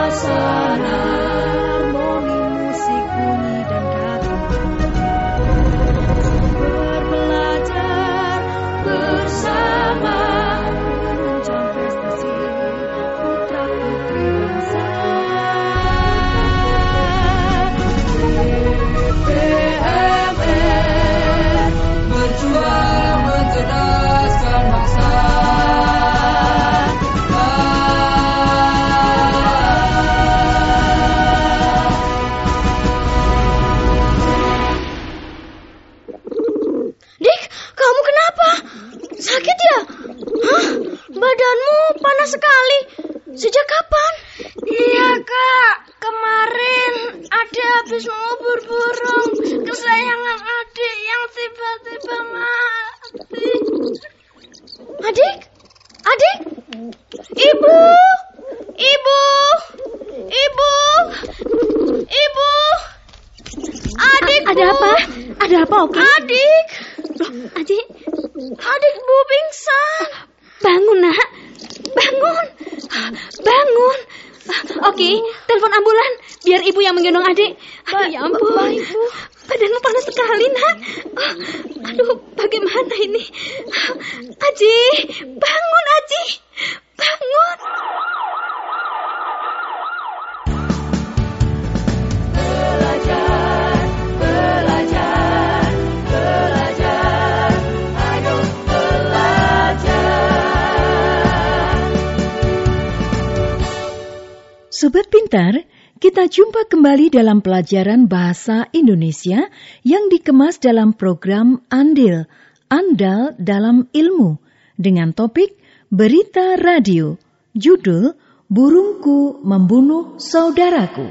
suasana, harmoni musik bunyi dan kata. Berbelajar bersama, menunjang prestasi putra putri bangsa. PMR berjuang mencerdaskan bangsa. Dik, kamu kenapa? Sakit ya? Hah? Badanmu panas sekali. Sejak kapan? Iya, Kak. Kemarin Ade habis mengubur burung kesayangan Adik yang tiba-tiba mati. Adik? Adik? Ibu? Ibu? Ibu? Ibu? Adik, Ada apa? Ada apa, Oki? Adik? Loh, Adik, Adikmu pingsan. bangun, Nak. Bangun. Bangun. Oki, telepon ambulan biar ibu yang menggendong Adik. Aduh, ya ampun. Baik, Bu. Badanmu panas sekali, Nak. Aduh, bagaimana ini? Aji, bangun, Aji. Bangun. Belajar, belajar, belajar, ayo belajar. Sobat Pintar, kita jumpa kembali dalam pelajaran bahasa Indonesia yang dikemas dalam program Andil, Andal dalam Ilmu, dengan topik Berita Radio, judul Burungku Membunuh Saudaraku.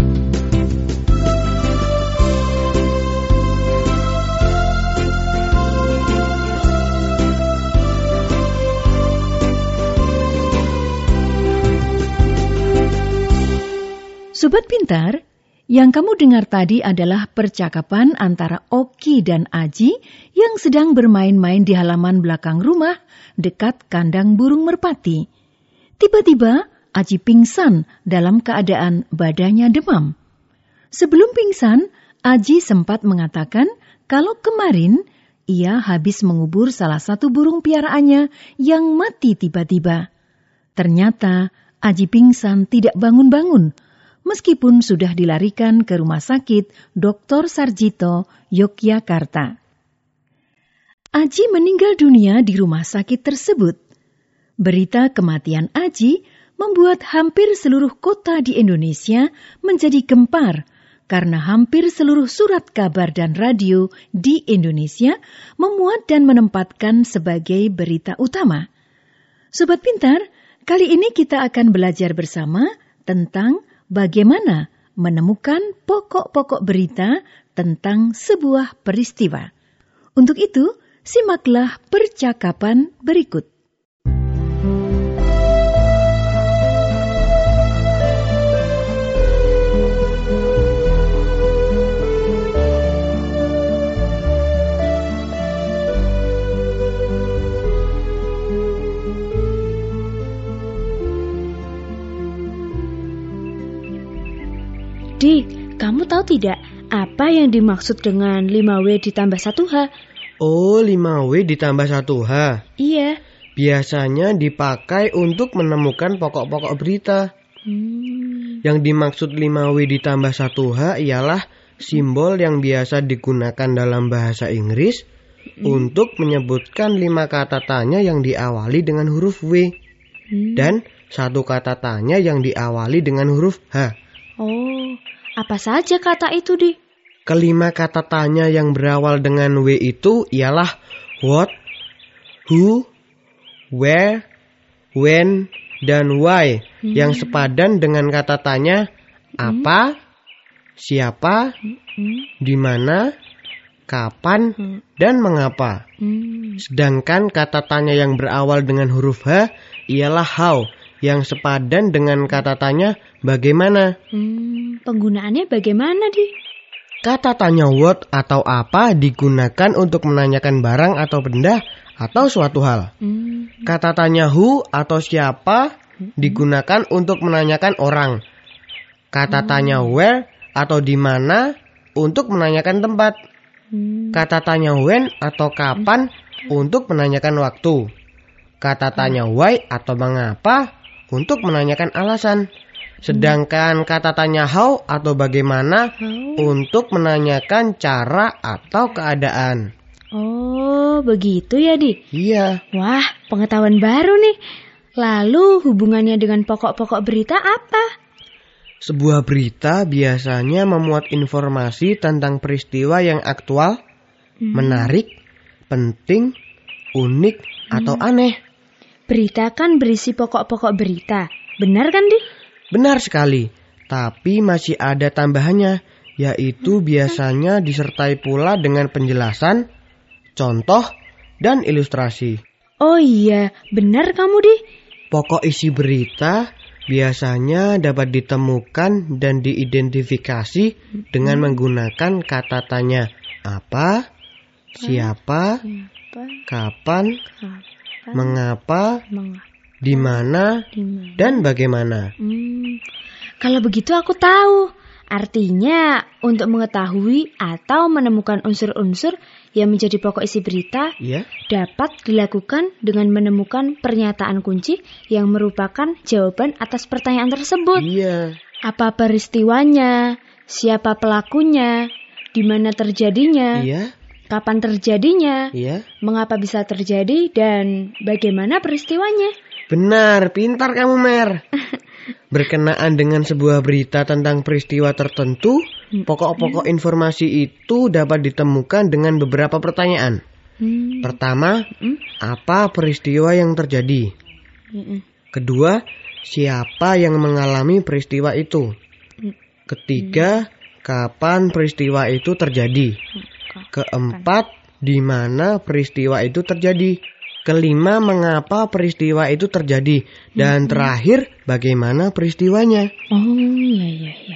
Sobat Pintar, yang kamu dengar tadi adalah percakapan antara Oki dan Aji yang sedang bermain-main di halaman belakang rumah dekat kandang burung merpati. Tiba-tiba Aji pingsan dalam keadaan badannya demam. Sebelum pingsan, Aji sempat mengatakan kalau kemarin ia habis mengubur salah satu burung piaraannya yang mati tiba-tiba. Ternyata Aji pingsan tidak bangun-bangun, meskipun sudah dilarikan ke Rumah Sakit Dr. Sarjito, Yogyakarta. Aji meninggal dunia di rumah sakit tersebut. Berita kematian Aji membuat hampir seluruh kota di Indonesia menjadi gempar karena hampir seluruh surat kabar dan radio di Indonesia memuat dan menempatkan sebagai berita utama. Sobat Pintar, kali ini kita akan belajar bersama tentang bagaimana menemukan pokok-pokok berita tentang sebuah peristiwa. Untuk itu, simaklah percakapan berikut. Di, kamu tahu tidak apa yang dimaksud dengan 5W ditambah 1H? Oh, 5W ditambah 1H. Iya. Biasanya dipakai untuk menemukan pokok-pokok berita. Yang dimaksud 5W ditambah 1H ialah simbol yang biasa digunakan dalam bahasa Inggris untuk menyebutkan 5 kata tanya yang diawali dengan huruf W dan 1 kata tanya yang diawali dengan huruf H. Oh, apa saja kata itu, Di? Kelima kata tanya yang berawal dengan W itu ialah what, who, where, when, dan why, yang sepadan dengan kata tanya apa, siapa, di mana, kapan, dan mengapa. Sedangkan kata tanya yang berawal dengan huruf H ialah how, yang sepadan dengan kata tanya bagaimana. Penggunaannya bagaimana, Di? Kata tanya what atau apa digunakan untuk menanyakan barang atau benda atau suatu hal. Kata tanya who atau siapa digunakan untuk menanyakan orang Kata tanya where atau di mana untuk menanyakan tempat. Kata tanya when atau kapan untuk menanyakan waktu. Kata tanya why atau mengapa untuk menanyakan alasan. Sedangkan kata tanya how atau bagaimana untuk menanyakan cara atau keadaan. Oh, begitu ya, Di? Iya. Wah, pengetahuan baru nih. Lalu hubungannya dengan pokok-pokok berita apa? Sebuah berita biasanya memuat informasi tentang peristiwa yang aktual, menarik, penting, unik, atau aneh. Berita kan berisi pokok-pokok berita. Benar kan, Di? Benar sekali, tapi masih ada tambahannya, yaitu biasanya disertai pula dengan penjelasan, contoh, dan ilustrasi. Oh iya, benar kamu, Di. Pokok isi berita biasanya dapat ditemukan dan diidentifikasi dengan menggunakan kata tanya apa, siapa, kapan, mengapa, di mana, dan bagaimana. Kalau begitu aku tahu. Artinya, untuk mengetahui atau menemukan unsur-unsur yang menjadi pokok isi berita, Ya? dapat dilakukan dengan menemukan pernyataan kunci yang merupakan jawaban atas pertanyaan tersebut. Iya. Apa peristiwanya, siapa pelakunya, di mana terjadinya, Iya. kapan terjadinya, Iya. mengapa bisa terjadi, dan bagaimana peristiwanya. Benar, pintar kamu, Mer. Berkenaan dengan sebuah berita tentang peristiwa tertentu, pokok-pokok informasi itu dapat ditemukan dengan beberapa pertanyaan. Pertama, apa peristiwa yang terjadi? Kedua, siapa yang mengalami peristiwa itu? Ketiga, kapan peristiwa itu terjadi? Keempat, di mana peristiwa itu terjadi? Kelima, mengapa peristiwa itu terjadi? Dan terakhir, bagaimana peristiwanya? Oh, iya.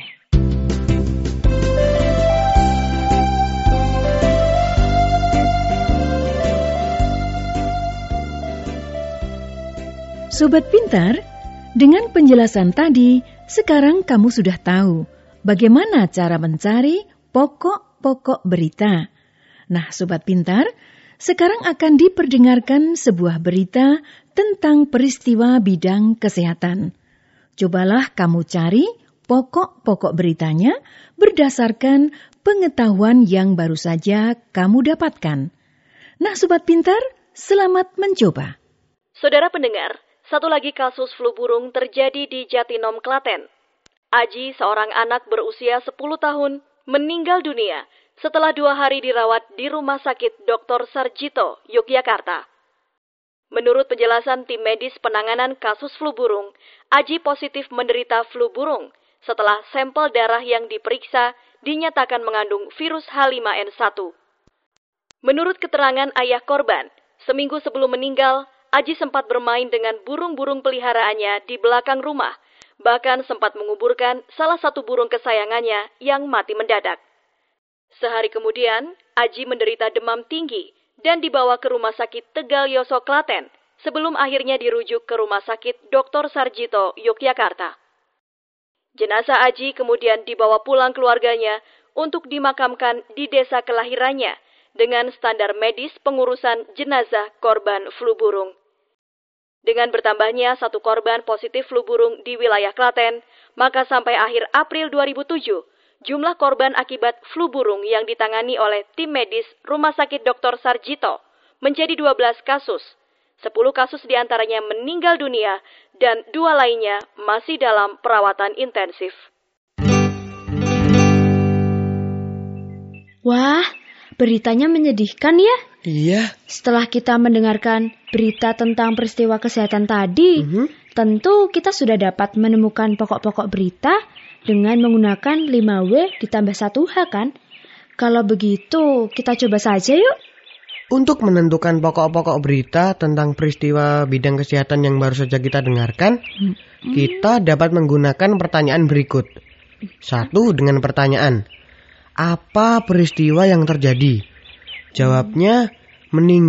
Sobat Pintar, dengan penjelasan tadi, sekarang kamu sudah tahu bagaimana cara mencari pokok-pokok berita. Nah, Sobat Pintar, sekarang akan diperdengarkan sebuah berita tentang peristiwa bidang kesehatan. Cobalah kamu cari pokok-pokok beritanya berdasarkan pengetahuan yang baru saja kamu dapatkan. Nah, Sobat Pintar, selamat mencoba. Saudara pendengar, satu lagi kasus flu burung terjadi di Jatinom, Klaten. Aji, seorang anak berusia 10 tahun, meninggal dunia setelah 2 hari dirawat di Rumah Sakit Dr. Sarjito, Yogyakarta. Menurut penjelasan tim medis penanganan kasus flu burung, Aji positif menderita flu burung setelah sampel darah yang diperiksa dinyatakan mengandung virus H5N1. Menurut keterangan ayah korban, seminggu sebelum meninggal, Aji sempat bermain dengan burung-burung peliharaannya di belakang rumah, bahkan sempat menguburkan salah satu burung kesayangannya yang mati mendadak. Sehari kemudian, Aji menderita demam tinggi dan dibawa ke Rumah Sakit Tegal Yoso, Klaten, sebelum akhirnya dirujuk ke Rumah Sakit Dr. Sarjito, Yogyakarta. Jenazah Aji kemudian dibawa pulang keluarganya untuk dimakamkan di desa kelahirannya dengan standar medis pengurusan jenazah korban flu burung. Dengan bertambahnya 1 korban positif flu burung di wilayah Klaten, maka sampai akhir April 2007, jumlah korban akibat flu burung yang ditangani oleh tim medis Rumah Sakit Dr. Sarjito menjadi 12 kasus. 10 kasus diantaranya meninggal dunia dan 2 lainnya masih dalam perawatan intensif. Wah, beritanya menyedihkan ya. Iya. Setelah kita mendengarkan berita tentang peristiwa kesehatan tadi, tentu kita sudah dapat menemukan pokok-pokok berita dengan menggunakan 5W ditambah 1H kan? Kalau begitu, kita coba saja yuk. Untuk menentukan pokok-pokok berita tentang peristiwa bidang kesehatan yang baru saja kita dengarkan, kita dapat menggunakan pertanyaan berikut. 1. Dengan pertanyaan, apa peristiwa yang terjadi? Jawabnya,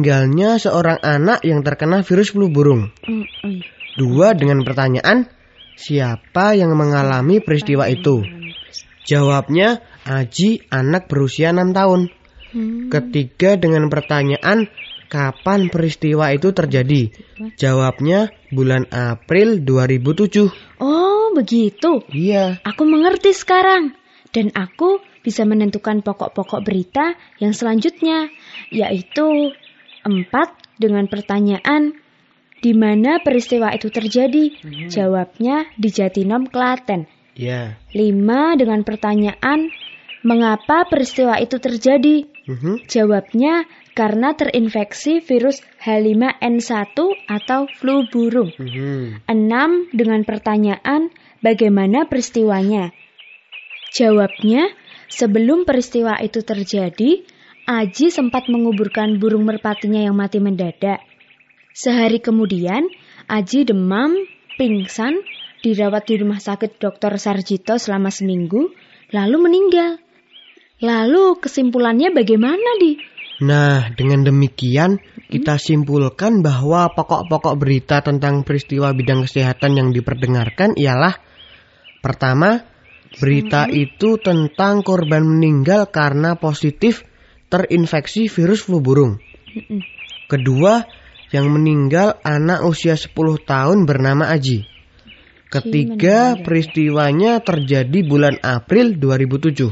meninggalnya seorang anak yang terkena virus flu burung. 2. Dengan pertanyaan, siapa yang mengalami peristiwa itu? Jawabnya, Aji, anak berusia 6 tahun. Ketiga dengan pertanyaan, kapan peristiwa itu terjadi? Jawabnya, bulan April 2007. Oh, begitu. Iya. Aku mengerti sekarang. Dan aku bisa menentukan pokok-pokok berita yang selanjutnya, yaitu 4 dengan pertanyaan, di mana peristiwa itu terjadi? Jawabnya di Jatinom, Klaten. Iya. 5 dengan pertanyaan, mengapa peristiwa itu terjadi? Jawabnya karena terinfeksi virus H5N1 atau flu burung. 6 dengan pertanyaan, bagaimana peristiwanya? Jawabnya, sebelum peristiwa itu terjadi, Aji sempat menguburkan burung merpatinya yang mati mendadak. Sehari kemudian, Aji demam, pingsan, dirawat di rumah sakit Dr. Sarjito selama seminggu, lalu meninggal. Lalu kesimpulannya bagaimana, Di? Nah, dengan demikian kita simpulkan bahwa pokok-pokok berita tentang peristiwa bidang kesehatan yang diperdengarkan ialah: pertama, berita itu tentang korban meninggal karena positif terinfeksi virus flu burung. Kedua, yang meninggal anak usia 10 tahun bernama Aji. Ketiga, peristiwanya terjadi bulan April 2007.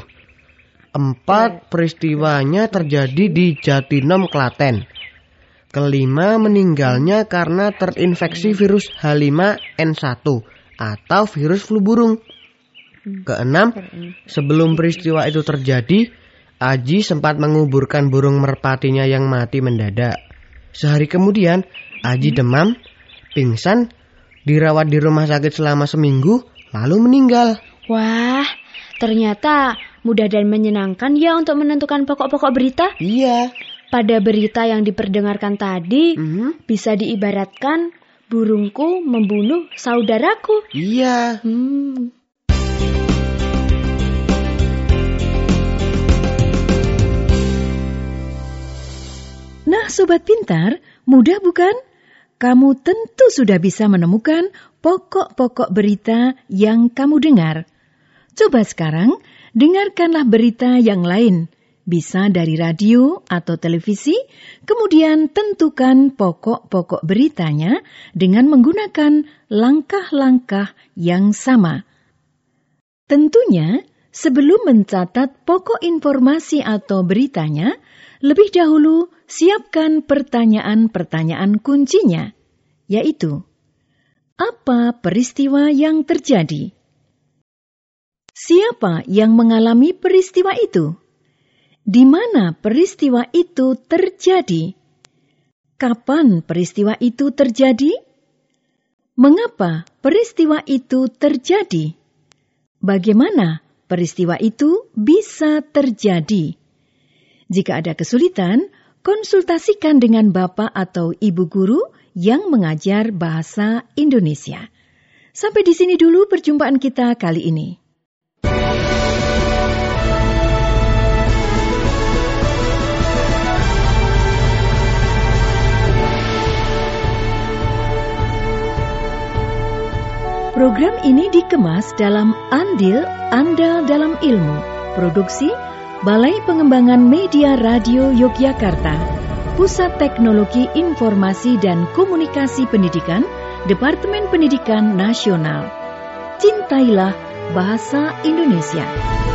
4, peristiwanya terjadi di Jatinom, Klaten. Kelima, meninggalnya karena terinfeksi virus H5N1 atau virus flu burung. Keenam, sebelum peristiwa itu terjadi, Aji sempat menguburkan burung merpatinya yang mati mendadak. Sehari kemudian, Aji demam, pingsan, dirawat di rumah sakit selama seminggu, lalu meninggal. Wah, ternyata mudah dan menyenangkan ya untuk menentukan pokok-pokok berita. Iya. Pada berita yang diperdengarkan tadi, bisa diibaratkan burungku membunuh saudaraku. Iya. Nah, Sobat Pintar, mudah bukan? Kamu tentu sudah bisa menemukan pokok-pokok berita yang kamu dengar. Coba sekarang, dengarkanlah berita yang lain. Bisa dari radio atau televisi, kemudian tentukan pokok-pokok beritanya dengan menggunakan langkah-langkah yang sama. Tentunya, sebelum mencatat pokok informasi atau beritanya, lebih dahulu siapkan pertanyaan-pertanyaan kuncinya, yaitu: apa peristiwa yang terjadi? Siapa yang mengalami peristiwa itu? Di mana peristiwa itu terjadi? Kapan peristiwa itu terjadi? Mengapa peristiwa itu terjadi? Bagaimana peristiwa itu bisa terjadi? Jika ada kesulitan, konsultasikan dengan Bapak atau Ibu guru yang mengajar bahasa Indonesia. Sampai di sini dulu perjumpaan kita kali ini. Program ini dikemas dalam Andil Andal dalam Ilmu, produksi Balai Pengembangan Media Radio Yogyakarta, Pusat Teknologi Informasi dan Komunikasi Pendidikan, Departemen Pendidikan Nasional. Cintailah Bahasa Indonesia.